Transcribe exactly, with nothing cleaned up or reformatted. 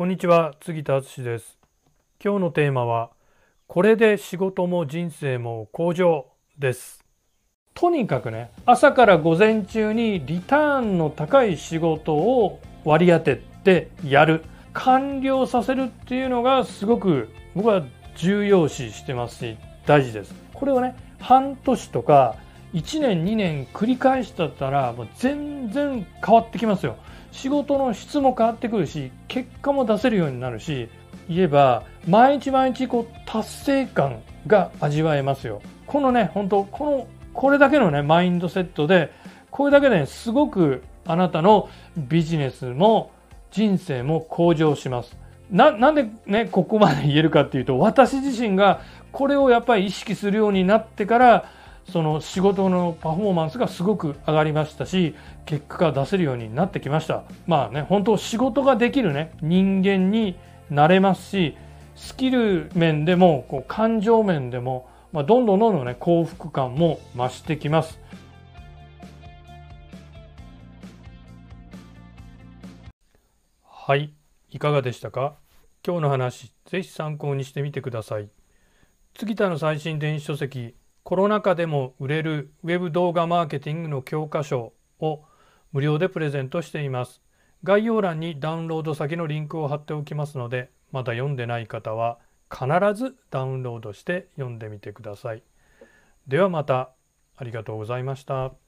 こんにちは、杉田敦です。今日のテーマは、これで仕事も人生も向上です。とにかくね、朝から午前中にリターンの高い仕事を割り当ててやる、完了させるっていうのがすごく僕は重要視してますし、大事です。これをね、半年とかいちねんにねん繰り返したったらもう全然変わってきますよ。仕事の質も変わってくるし、結果も出せるようになるし、言えば毎日毎日こう達成感が味わえますよ。このね、本当このこれだけのねマインドセットで、これだけで、ね、すごくあなたのビジネスも人生も向上します。な, なんでねここまで言えるかっていうと、私自身がこれをやっぱり意識するようになってから、その仕事のパフォーマンスがすごく上がりましたし、結果が出せるようになってきました。まあね、本当仕事ができるね人間になれますし、スキル面でもこう感情面でも、まあ、どんどんどんどんね幸福感も増してきます。はい、いかがでしたか？今日の話、ぜひ参考にしてみてください。杉田の最新電子書籍、コロナ禍でも売れるウェブ動画マーケティングの教科書を無料でプレゼントしています。概要欄にダウンロード先のリンクを貼っておきますので、まだ読んでない方は必ずダウンロードして読んでみてください。ではまた。ありがとうございました。